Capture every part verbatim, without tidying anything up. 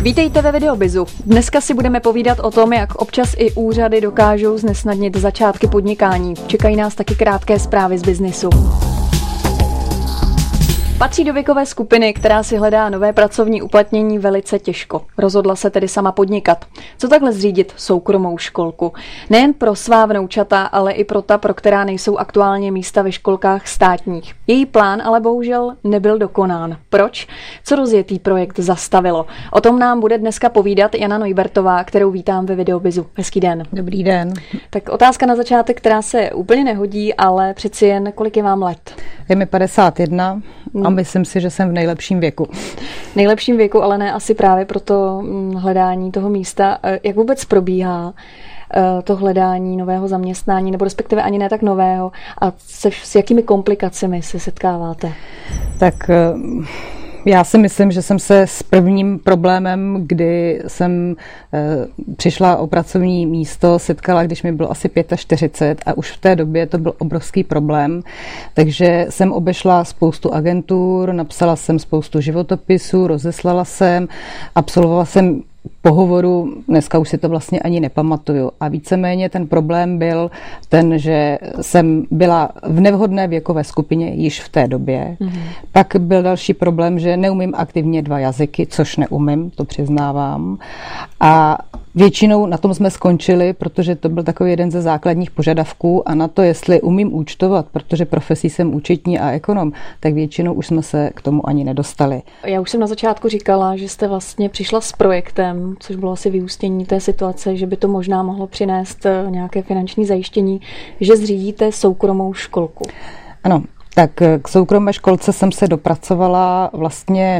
Vítejte ve Videobizu. Dneska si budeme povídat o tom, jak občas i úřady dokážou znesnadnit začátky podnikání. Čekají nás taky krátké zprávy z biznisu. Patří do věkové skupiny, která si hledá nové pracovní uplatnění velice těžko. Rozhodla se tedy sama podnikat. Co takhle zřídit soukromou školku? Nejen pro svá vnoučata, ale i pro ta, pro která nejsou aktuálně místa ve školkách státních. Její plán ale bohužel nebyl dokonán. Proč? Co rozjetý projekt zastavilo? O tom nám bude dneska povídat Jana Neubertová, kterou vítám ve Videobizu. Hezký den. Dobrý den. Tak otázka na začátek, která se úplně nehodí, ale přeci jen, kolik je vám let? Je mi padesát jedna a myslím si, že jsem v nejlepším věku. Nejlepším věku, ale ne asi právě pro to hledání toho místa. Jak vůbec probíhá to hledání nového zaměstnání, nebo respektive ani ne tak nového, a se, s jakými komplikacemi se setkáváte? Tak já si myslím, že jsem se s prvním problémem, kdy jsem e, přišla o pracovní místo, setkala, když mi bylo asi čtyřicet pět a už v té době to byl obrovský problém. Takže jsem obešla spoustu agentur, napsala jsem spoustu životopisů, rozeslala jsem, absolvovala jsem pohovoru, dneska už si to vlastně ani nepamatuju. A víceméně ten problém byl ten, že jsem byla v nevhodné věkové skupině již v té době. Mm-hmm. Pak byl další problém, že neumím aktivně dva jazyky, což neumím, to přiznávám. A většinou na tom jsme skončili, protože to byl takový jeden ze základních požadavků a na to, jestli umím účtovat, protože profesí jsem účetní a ekonom, tak většinou už jsme se k tomu ani nedostali. Já už jsem na začátku říkala, že jste vlastně přišla s projektem, což bylo asi vyústění té situace, že by to možná mohlo přinést nějaké finanční zajištění, že zřídíte soukromou školku. Ano, tak k soukromé školce jsem se dopracovala vlastně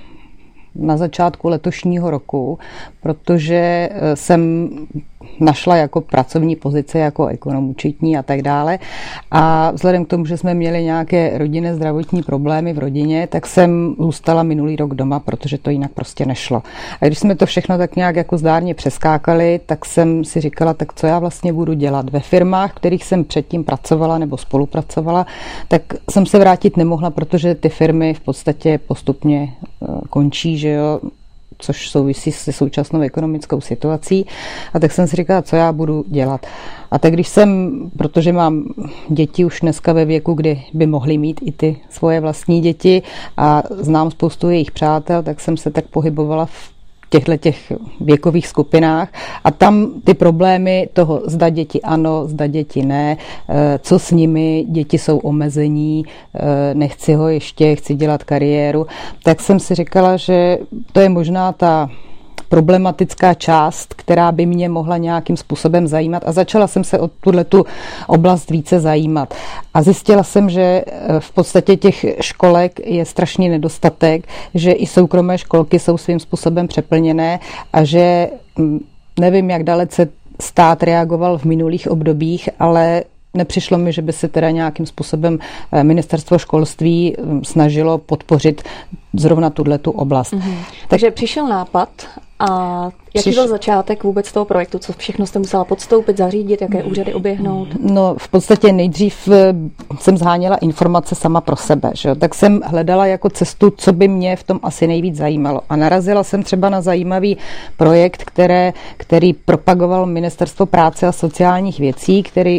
na začátku letošního roku, protože jsem našla jako pracovní pozice, jako ekonom účetní a tak dále. A vzhledem k tomu, že jsme měli nějaké rodinné zdravotní problémy v rodině, tak jsem zůstala minulý rok doma, protože to jinak prostě nešlo. A když jsme to všechno tak nějak jako zdárně přeskákali, tak jsem si říkala, tak co já vlastně budu dělat. Ve firmách, kterých jsem předtím pracovala nebo spolupracovala, tak jsem se vrátit nemohla, protože ty firmy v podstatě postupně končí, že jo, což souvisí se současnou ekonomickou situací. A tak jsem si říkala, co já budu dělat. A tak když jsem, protože mám děti už dneska ve věku, kdy by mohly mít i ty svoje vlastní děti a znám spoustu jejich přátel, tak jsem se tak pohybovala v těchto těch věkových skupinách a tam ty problémy toho zda děti ano, zda děti ne, co s nimi, děti jsou omezení, nechci ho ještě, chci dělat kariéru, tak jsem si říkala, že to je možná ta problematická část, která by mě mohla nějakým způsobem zajímat a začala jsem se o tuhletu oblast více zajímat. A zjistila jsem, že v podstatě těch školek je strašný nedostatek, že i soukromé školky jsou svým způsobem přeplněné a že nevím, jak dalece stát reagoval v minulých obdobích, ale nepřišlo mi, že by se teda nějakým způsobem ministerstvo školství snažilo podpořit zrovna tuhletu oblast. Mm-hmm. Takže přišel nápad a jaký byl začátek vůbec toho projektu? Co všechno jste musela podstoupit, zařídit, jaké úřady oběhnout? No v podstatě nejdřív jsem zháněla informace sama pro sebe, že? Tak jsem hledala jako cestu, co by mě v tom asi nejvíc zajímalo. A narazila jsem třeba na zajímavý projekt, které, který propagoval Ministerstvo práce a sociálních věcí, který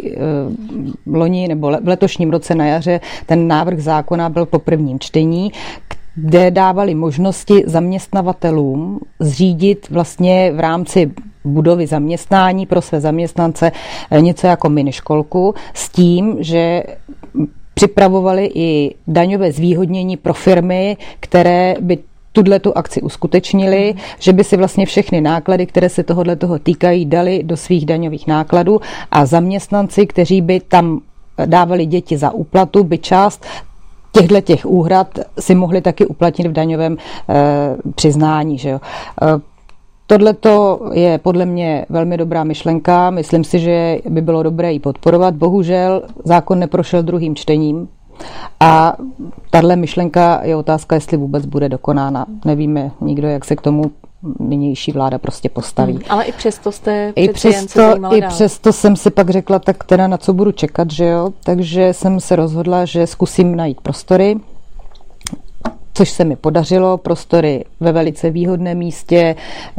v loni nebo v letošním roce na jaře ten návrh zákona byl po prvním čtení, kde dávali možnosti zaměstnavatelům zřídit vlastně v rámci budovy zaměstnání pro své zaměstnance něco jako miniškolku s tím, že připravovali i daňové zvýhodnění pro firmy, které by tuto akci uskutečnili, že by si vlastně všechny náklady, které se tohoto toho týkají, dali do svých daňových nákladů a zaměstnanci, kteří by tam dávali děti za úplatu, by část těchto těch úhrad si mohli taky uplatnit v daňovém e, přiznání. Že jo. E, Tohleto je podle mě velmi dobrá myšlenka. Myslím si, že by bylo dobré ji podporovat. Bohužel zákon neprošel druhým čtením a tahle myšlenka je otázka, jestli vůbec bude dokonána. Nevíme nikdo, jak se k tomu nynější vláda prostě postaví. Hmm, ale i přesto jste I přesto, i přesto jsem si pak řekla, tak teda na co budu čekat, že jo? Takže jsem se rozhodla, že zkusím najít prostory. což se mi podařilo, prostory ve velice výhodném místě,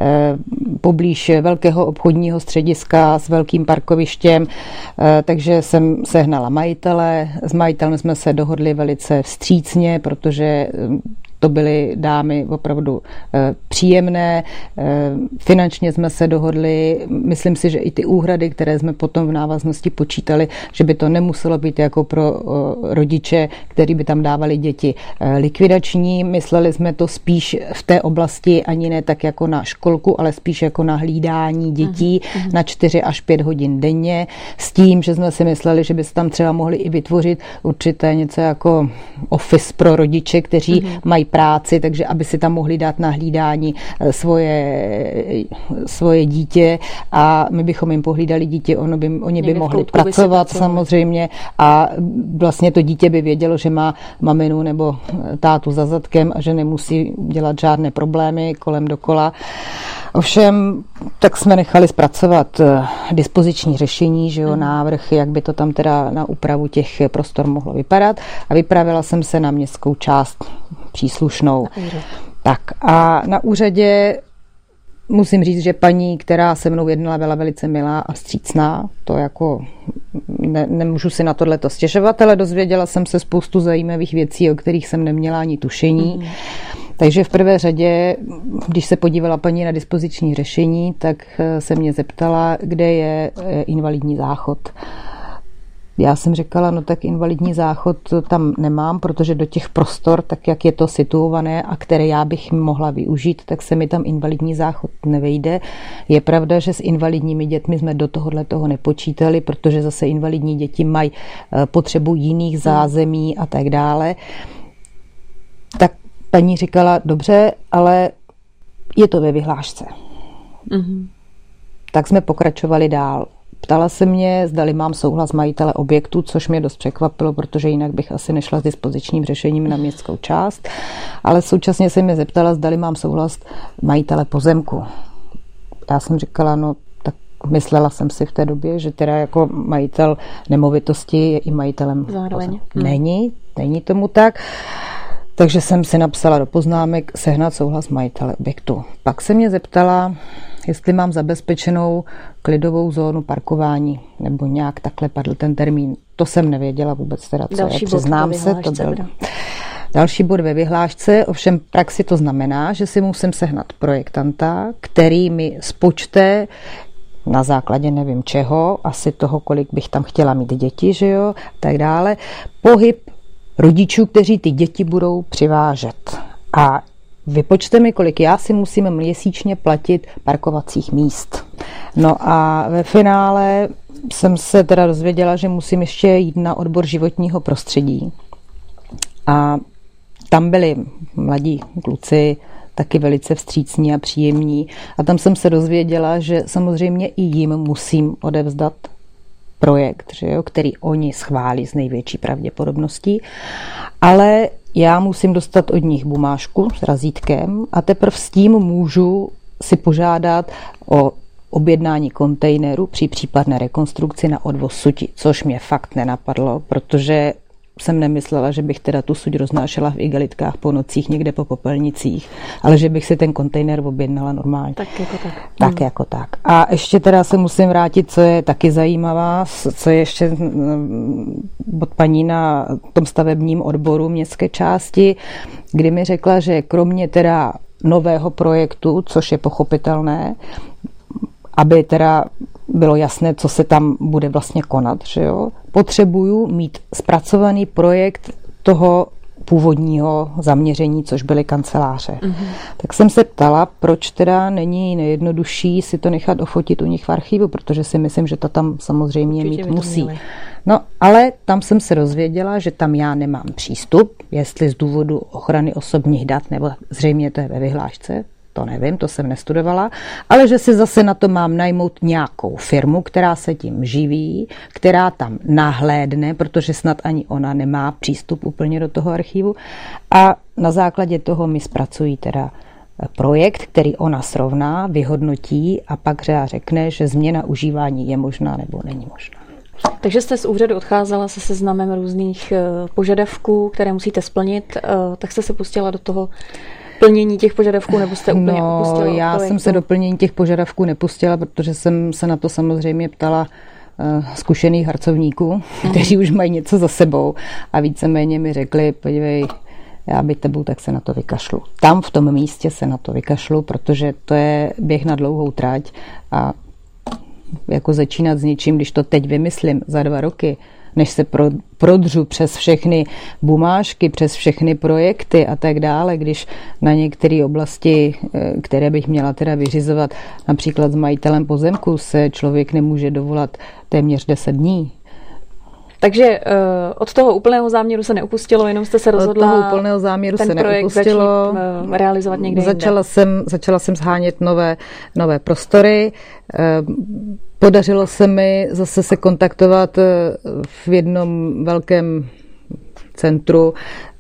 poblíž velkého obchodního střediska s velkým parkovištěm, takže jsem sehnala majitele. S majitelem jsme se dohodli velice vstřícně, protože to byly dámy opravdu příjemné, finančně jsme se dohodli, myslím si, že i ty úhrady, které jsme potom v návaznosti počítali, že by to nemuselo být jako pro rodiče, kteří by tam dávali děti likvidační, mysleli jsme to spíš v té oblasti ani ne tak jako na školku, ale spíš jako na hlídání dětí uh-huh. na čtyři až pět hodin denně, s tím, že jsme si mysleli, že by se tam třeba mohli i vytvořit určité něco jako office pro rodiče, kteří uh-huh. mají práci, takže aby si tam mohli dát na hlídání svoje, svoje dítě a my bychom jim pohlídali dítě, ono by, oni by mohli pracovat by samozřejmě a vlastně to dítě by vědělo, že má maminu nebo tátu za zadkem a že nemusí dělat žádné problémy kolem dokola. Ovšem, tak jsme nechali zpracovat dispoziční řešení, že jo, mm. návrh, jak by to tam teda na úpravu těch prostor mohlo vypadat a vypravila jsem se na městskou část příslušnou. Tak a na úřadě musím říct, že paní, která se mnou jednala, byla velice milá a vstřícná. To jako ne, nemůžu si na tohleto stěžovat, ale dozvěděla jsem se spoustu zajímavých věcí, o kterých jsem neměla ani tušení. Mm. Takže v prvé řadě, když se podívala paní na dispoziční řešení, tak se mě zeptala, kde je invalidní záchod. Já jsem říkala, no tak invalidní záchod tam nemám, protože do těch prostor, tak jak je to situované a které já bych mohla využít, tak se mi tam invalidní záchod nevejde. Je pravda, že s invalidními dětmi jsme do tohohle toho nepočítali, protože zase invalidní děti mají potřebu jiných zázemí a tak dále. Tak paní říkala, dobře, ale je to ve vyhlášce. Mm-hmm. Tak jsme pokračovali dál. Ptala se mě, zdali mám souhlas majitele objektu, což mě dost překvapilo, protože jinak bych asi nešla s dispozičním řešením na městskou část, ale současně se mě zeptala, zdali mám souhlas majitele pozemku. Já jsem říkala, no tak myslela jsem si v té době, že teda jako majitel nemovitosti je i majitelem pozemku. Není, není tomu tak. Takže jsem si napsala do poznámek sehnat souhlas majitele objektu. Pak se mě zeptala, jestli mám zabezpečenou klidovou zónu parkování, nebo nějak takhle padl ten termín. To jsem nevěděla vůbec teda, co další je, přiznám se. To byl další bod ve vyhlášce, ovšem v praxi to znamená, že si musím sehnat projektanta, který mi spočte na základě nevím čeho, asi toho, kolik bych tam chtěla mít děti, že jo, tak dále, pohyb rodičů, kteří ty děti budou přivážet. A vypočte mi, kolik já si musím měsíčně platit parkovacích míst. No a ve finále jsem se teda dozvěděla, že musím ještě jít na odbor životního prostředí. A tam byli mladí kluci, taky velice vstřícní a příjemní. A tam jsem se dozvěděla, že samozřejmě i jim musím odevzdat projekt, že jo, který oni schválí s největší pravděpodobností, ale já musím dostat od nich bumášku s razítkem a teprve s tím můžu si požádat o objednání kontejneru při případné rekonstrukci na odvoz suti, což mě fakt nenapadlo, protože jsem nemyslela, že bych teda tu suť roznášela v igelitkách po nocích někde po popelnicích, ale že bych si ten kontejner objednala normálně. Tak jako tak. Tak hmm. jako tak. A ještě teda se musím vrátit, co je taky zajímavá, co je ještě od paní na tom stavebním odboru městské části, kdy mi řekla, že kromě teda nového projektu, což je pochopitelné, aby teda bylo jasné, co se tam bude vlastně konat, že jo? Potřebuju mít zpracovaný projekt toho původního zaměření, což byly kanceláře. Mm-hmm. Tak jsem se ptala, proč teda není nejjednodušší si to nechat ofotit u nich v archivu, protože si myslím, že to tam samozřejmě určitě mít musí. Měli. No, ale tam jsem se dozvěděla, že tam já nemám přístup, jestli z důvodu ochrany osobních dat, nebo zřejmě to je ve vyhlášce, to nevím, to jsem nestudovala, ale že si zase na to mám najmout nějakou firmu, která se tím živí, která tam nahlédne, protože snad ani ona nemá přístup úplně do toho archivu a na základě toho mi zpracují teda projekt, který ona srovná, vyhodnotí a pak řekne, že změna užívání je možná nebo není možná. Takže jste z úřadu odcházela se seznamem různých požadavků, které musíte splnit, tak jste se pustila do toho plnění těch požadavků, nebo jste úplně no, opustila? Já projektu? jsem se do plnění těch požadavků nepustila, protože jsem se na to samozřejmě ptala uh, zkušených harcovníků, mm. kteří už mají něco za sebou a víceméně mi řekli, podívej, já by tebou, tak se na to vykašlu. Tam v tom místě se na to vykašlu, protože to je běh na dlouhou trať a jako začínat s něčím, když to teď vymyslím za dva roky, než se pro, prodřu přes všechny bumážky, přes všechny projekty a tak dále, když na některé oblasti, které bych měla teda vyřizovat, například s majitelem pozemku, se člověk nemůže dovolat téměř deset dní. Takže uh, od toho úplného záměru se neupustilo, jenom jste se rozhodla od toho úplného záměru ten se projekt neupustilo. začít uh, realizovat někde začala jinde. Jsem, začala jsem shánět nové, nové prostory. Uh, podařilo se mi zase se kontaktovat v jednom velkém centru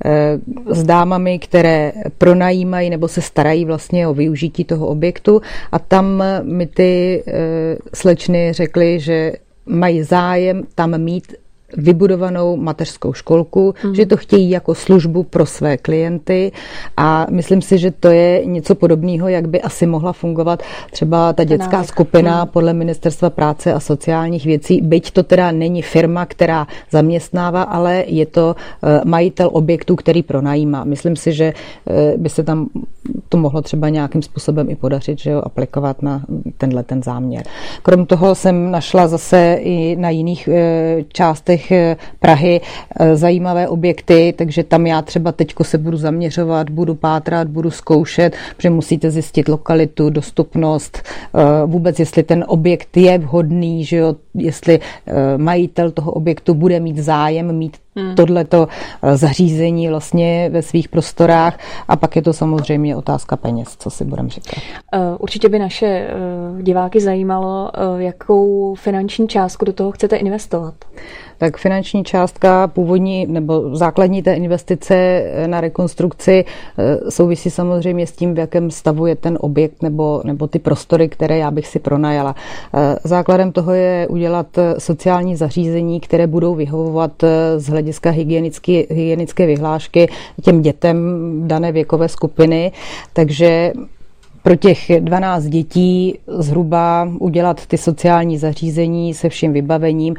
s dámami, které pronajímají nebo se starají vlastně o využití toho objektu a tam mi ty slečny řekly, že mají zájem tam mít vybudovanou mateřskou školku, mm. že to chtějí jako službu pro své klienty a myslím si, že to je něco podobného, jak by asi mohla fungovat třeba ta dětská Tenávek. skupina mm. podle Ministerstva práce a sociálních věcí, byť to teda není firma, která zaměstnává, ale je to majitel objektu, který pronajímá. Myslím si, že by se tam to mohlo třeba nějakým způsobem i podařit, že jo, aplikovat na tenhle ten záměr. Krom toho jsem našla zase i na jiných částech Prahy zajímavé objekty, takže tam já třeba teďko se budu zaměřovat, budu pátrat, budu zkoušet, protože musíte zjistit lokalitu, dostupnost, vůbec jestli ten objekt je vhodný, že jo, jestli majitel toho objektu bude mít zájem mít Hmm. tohleto zařízení vlastně ve svých prostorách a pak je to samozřejmě otázka peněz, co si budeme říkat. Určitě by naše diváky zajímalo, jakou finanční částku do toho chcete investovat. Tak finanční částka původní nebo základní té investice na rekonstrukci souvisí samozřejmě s tím, v jakém stavu je ten objekt nebo, nebo ty prostory, které já bych si pronajala. Základem toho je udělat sociální zařízení, které budou vyhovovat z hlediska hygienické, hygienické vyhlášky těm dětem dané věkové skupiny, takže pro těch dvanáct dětí zhruba udělat ty sociální zařízení se vším vybavením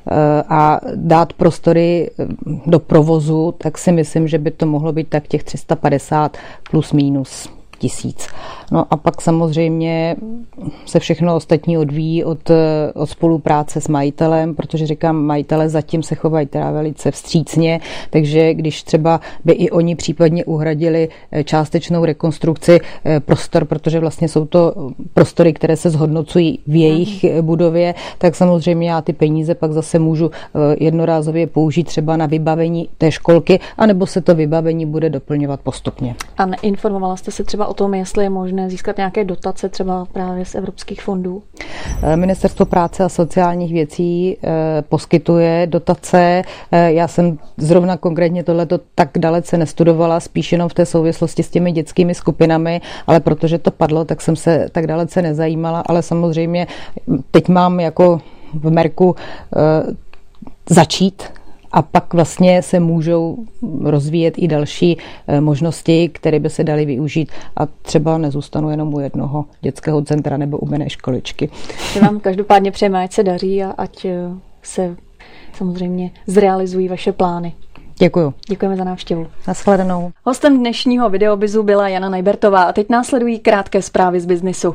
a dát prostory do provozu, tak si myslím, že by to mohlo být tak těch tři sta padesát plus minus tisíc. No a pak samozřejmě se všechno ostatní odvíjí od, od spolupráce s majitelem, protože říkám, majitele zatím se chovají teda velice vstřícně, takže když třeba by i oni případně uhradili částečnou rekonstrukci prostor, protože vlastně jsou to prostory, které se zhodnocují v jejich Aha. budově, tak samozřejmě já ty peníze pak zase můžu jednorázově použít třeba na vybavení té školky, anebo se to vybavení bude doplňovat postupně. A neinformovala jste se třeba o tom, jestli je možné získat nějaké dotace třeba právě z evropských fondů? Ministerstvo práce a sociálních věcí poskytuje dotace. Já jsem zrovna konkrétně tohleto tak dalece nestudovala, spíš jenom v té souvislosti s těmi dětskými skupinami, ale protože to padlo, tak jsem se tak dalece nezajímala, ale samozřejmě teď mám jako v merku začít a pak vlastně se můžou rozvíjet i další možnosti, které by se daly využít a třeba nezůstanu jenom u jednoho dětského centra nebo u mé školičky. My vám každopádně přejeme, ať se daří a ať se samozřejmě zrealizují vaše plány. Děkuju. Děkujeme za návštěvu. Nashledanou. Hostem dnešního videobizu byla Jana Najbertová a teď následují krátké zprávy z biznisu.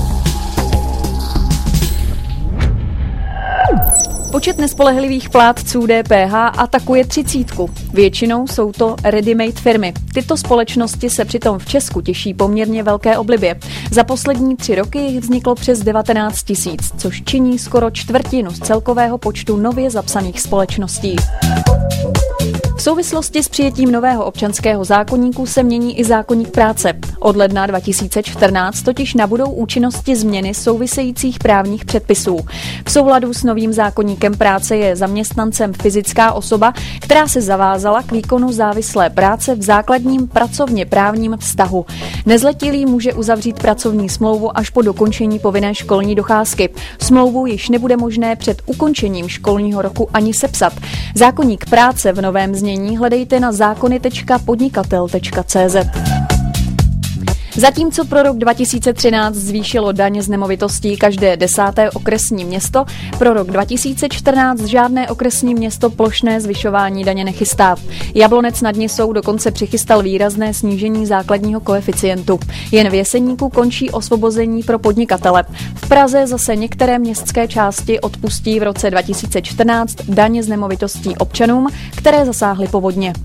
Počet nespolehlivých plátců D P H atakuje třicítku. Většinou jsou to ready-made firmy. Tyto společnosti se přitom v Česku těší poměrně velké oblibě. Za poslední tři roky jich vzniklo přes devatenáct tisíc, což činí skoro čtvrtinu z celkového počtu nově zapsaných společností. V V souvislosti s přijetím nového občanského zákoníku se mění i zákoník práce. Od ledna dva tisíce čtrnáct totiž nabudou účinnosti změny souvisejících právních předpisů. V souladu s novým zákoníkem práce je zaměstnancem fyzická osoba, která se zavázala k výkonu závislé práce v základním pracovně právním vztahu. Nezletilý může uzavřít pracovní smlouvu až po dokončení povinné školní docházky. Smlouvu již nebude možné před ukončením školního roku ani sepsat. Zákoník práce v novém znění hledejte na zákony tečka podnikatel tečka cé zet. Zatímco pro rok dva tisíce třináct zvýšilo daň z nemovitostí každé desáté okresní město, pro rok dva tisíce čtrnáct žádné okresní město plošné zvyšování daně nechystá. Jablonec nad Nisou dokonce přichystal výrazné snížení základního koeficientu. Jen v Jeseníku končí osvobození pro podnikatele. V Praze zase některé městské části odpustí v roce dva tisíce čtrnáct daně z nemovitostí občanům, které zasáhly povodně.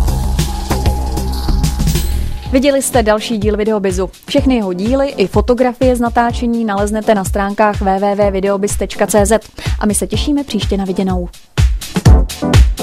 Viděli jste další díl Videobizu. Všechny jeho díly i fotografie z natáčení naleznete na stránkách w w w tečka videobiz tečka cé zet a my se těšíme příště na viděnou.